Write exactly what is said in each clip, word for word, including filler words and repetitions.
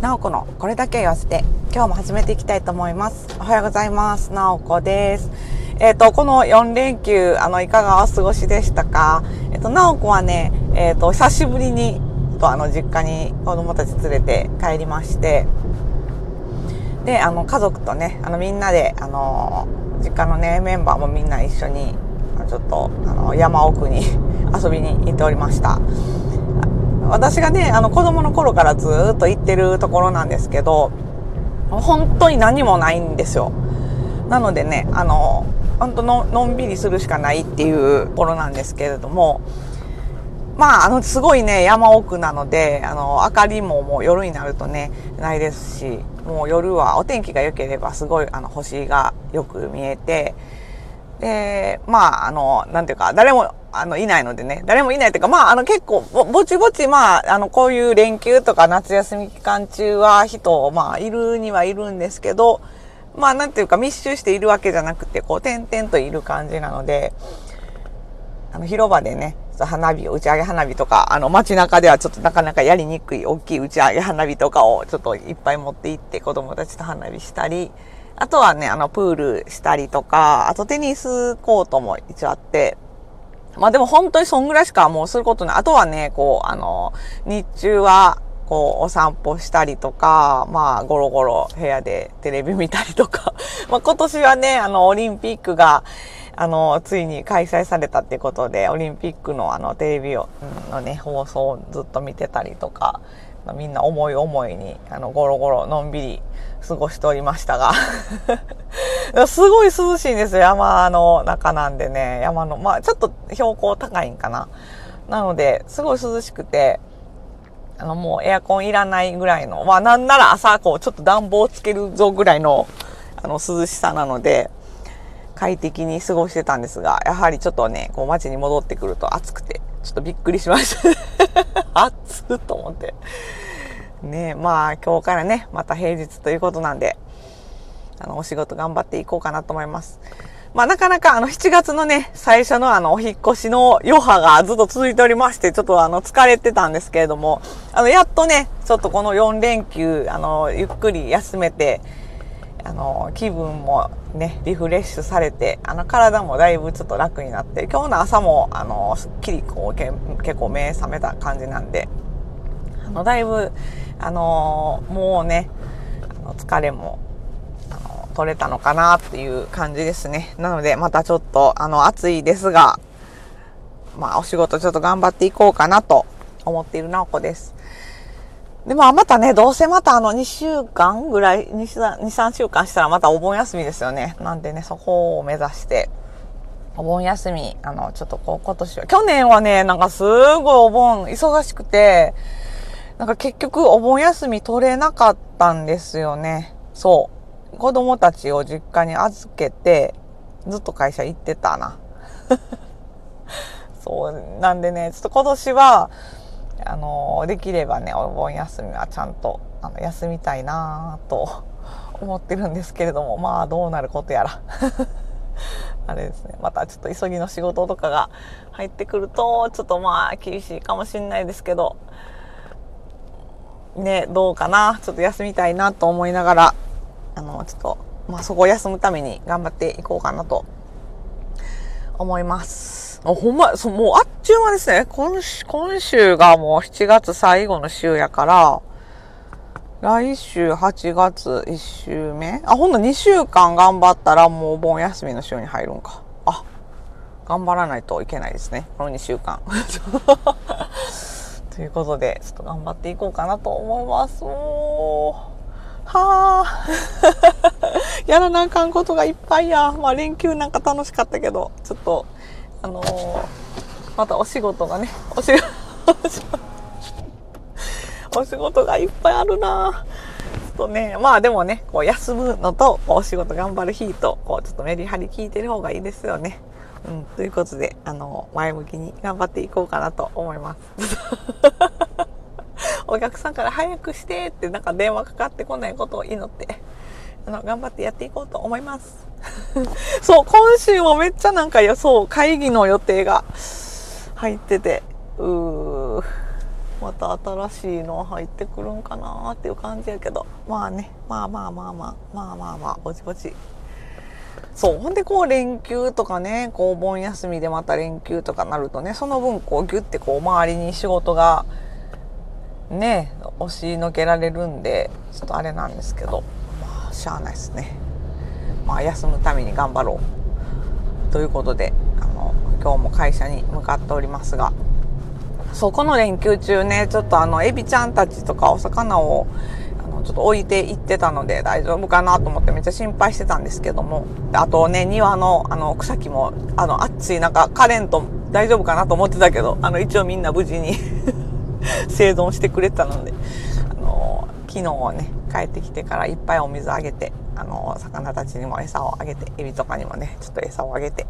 なおこのこれだけ言わせて今日も始めていきたいと思います。おはようございます。なおこです。えっとこのよん連休あのいかがお過ごしでしたか？えっとなおこはねえっと久しぶりにとあの実家に子供たち連れて帰りまして、であの家族とねあのみんなであの実家のねメンバーもみんな一緒にちょっとあの山奥に遊びに行っておりました。私がねあの子供の頃からずっと行ってるところなんですけど、本当に何もないんですよ。なのでねあの本当ののんびりするしかないっていうところなんですけれども、まああのすごいね山奥なのであの明かりももう夜になるとねないですし、もう夜はお天気が良ければすごいあの星がよく見えて、でまああのなんていうか誰もあのいないのでね誰もいないというか、まああの結構 ぼ, ぼちぼちまああのこういう連休とか夏休み期間中は人まあいるにはいるんですけど、まあなんていうか密集しているわけじゃなくてこう点々といる感じなので、あの広場でね花火打ち上げ花火とかあの街中ではちょっとなかなかやりにくい大きい打ち上げ花火とかをちょっといっぱい持って行って子供たちと花火したり、あとはねあのプールしたりとか、あとテニスコートも一応あって、まあでも本当にそんぐらいしかもうすることない。あとはねこうあの日中はこうお散歩したりとか、まあゴロゴロ部屋でテレビ見たりとかまあ今年はねあのオリンピックがあのついに開催されたっていうことで、オリンピックのあのテレビをのね放送をずっと見てたりとか、みんな思い思いにあのゴロゴロのんびり過ごしておりましたがすごい涼しいんですよ。山の中なんでね、山のまあちょっと標高高いんかな、なのですごい涼しくて、あのもうエアコンいらないぐらいの、まあなんなら朝こうちょっと暖房つけるぞぐらいのあの涼しさなので快適に過ごしてたんですが、やはりちょっとねこう街に戻ってくると暑くてちょっとびっくりしました暑っと思ってね。まあ今日からねまた平日ということなんで、あのお仕事頑張っていこうかなと思います。まあなかなかあのしちがつのね最初のあのお引っ越しの余波がずっと続いておりまして、ちょっとあの疲れてたんですけれども、あのやっとねちょっとこのよん連休あのゆっくり休めて、あの気分もねリフレッシュされて、あの体もだいぶちょっと楽になって、今日の朝もあのすっきりこうけ結構目覚めた感じなんで、あのだいぶあのもうねあの疲れもあの取れたのかなっていう感じですね。なのでまたちょっとあの暑いですが、まあお仕事ちょっと頑張っていこうかなと思っているなおこです。でまあまたねどうせまたあのにしゅうかんぐらい に,さん 週間したらまたお盆休みですよね。なんでねそこを目指してお盆休みあのちょっとこう今年は去年はねなんかすごいお盆忙しくて、なんか結局お盆休み取れなかったんですよね。そう子供たちを実家に預けてずっと会社行ってたなそうなんでねちょっと今年はあのできればねお盆休みはちゃんとあの休みたいなと思ってるんですけれども、まあどうなることやらあれですね、またちょっと急ぎの仕事とかが入ってくるとちょっとまあ厳しいかもしれないですけどね、どうかな、ちょっと休みたいなと思いながら、あのちょっとまあそこを休むために頑張っていこうかなと思います。ほんま、そもうあっちゅう間ですね。今週、今週がもうしちがつ最後の週やから、来週はちがついち週目？あ、ほんとにしゅうかん頑張ったらもうお盆休みの週に入るんか。あ、頑張らないといけないですね。このにしゅうかん。ということで、ちょっと頑張っていこうかなと思います。もうはぁ。やらなあかんことがいっぱいや。まあ連休なんか楽しかったけど、ちょっと、あのー、またお仕事がね、お仕事、お仕事がいっぱいあるな。ちょっとね、まあでもね、こう休むのとお仕事頑張る日と、こうちょっとメリハリ効いてる方がいいですよね。うん、ということで、あの、前向きに頑張っていこうかなと思います。お客さんから早くしてってなんか電話かかってこないことを祈って、あの、頑張ってやっていこうと思います。そう、今週もめっちゃなんか、いや、そう、会議の予定が入ってて、うー、 また新しいの入ってくるんかなっていう感じやけど、まあね、まあまあまあまあまあまあまあぼちぼち。そうほんでこう連休とかね、こうお盆休みでまた連休とかなるとね、その分こうギュッてこう周りに仕事がね押しのけられるんで、ちょっとあれなんですけど、まあしゃあないですね。まあ休むために頑張ろうということで、あの今日も会社に向かっておりますが、そうこの連休中ね、ちょっとあのエビちゃんたちとかお魚をあのちょっと置いていってたので大丈夫かなと思ってめっちゃ心配してたんですけども、あとね庭のあの草木もあの暑い中カレンと大丈夫かなと思ってたけど、あの一応みんな無事に生存してくれたので、あの昨日ね帰ってきてからいっぱいお水あげて、あの魚たちにも餌をあげて、エビとかにもねちょっと餌をあげて、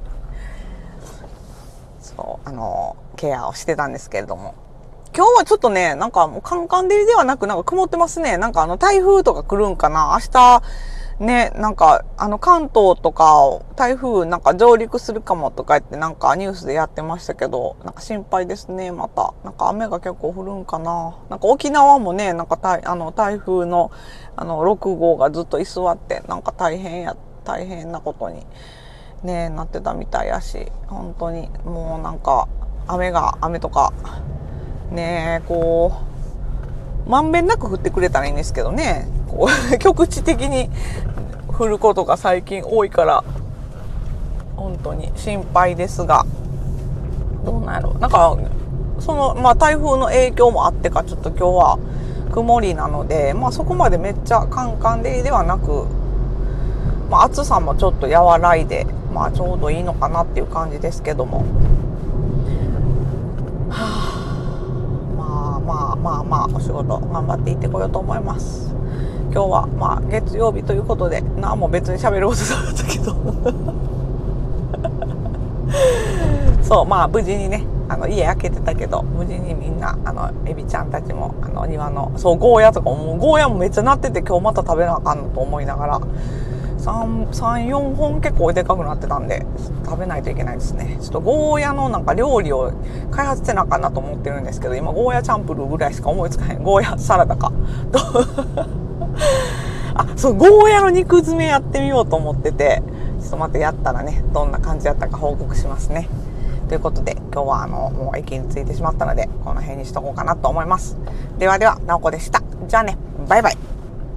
そうあのケアをしてたんですけれども、今日はちょっとねなんかもうカンカン照りではなくなんか曇ってますね。なんかあの台風とか来るんかな、明日ね、なんかあの関東とか台風なんか上陸するかもとか言ってなんかニュースでやってましたけど、なんか心配ですね。またなんか雨が結構降るんかな。なんか沖縄もね、なんか台あの台風のあのろくごうがずっと居座ってなんか大変や大変なことにねなってたみたいやし、本当にもうなんか雨が雨とかねこうまんべんなく降ってくれたらいいんですけどね、こう局地的に降ることが最近多いから本当に心配ですが、どうなんやろう。なんかそのまあ台風の影響もあってかちょっと今日は曇りなので、まあそこまでめっちゃカンカン照りではなく、まあ、暑さもちょっと和らいで、まあちょうどいいのかなっていう感じですけども、はあまあまあまあまあお仕事頑張って行ってこようと思います。今日はまあ月曜日ということで何も別に喋ることなかったけどそうまあ無事にね、あの家開けてたけど無事にみんなあのエビちゃんたちもあの庭のそうゴーヤとかもゴーヤもめっちゃなってて、今日また食べなあかんのと思いながらさん、よんほん結構でかくなってたんで食べないといけないですね。ちょっとゴーヤのなんか料理を開発せなあかんなと思ってるんですけど、今ゴーヤチャンプルーぐらいしか思いつかへん。ゴーヤサラダかあ、そうゴーヤの肉詰めやってみようと思ってて、ちょっとまたやったらねどんな感じだったか報告しますね。ということで今日はあのもう駅に着いてしまったのでこの辺にしとこうかなと思います。ではでは、なおこでした。じゃあね、バイバイ。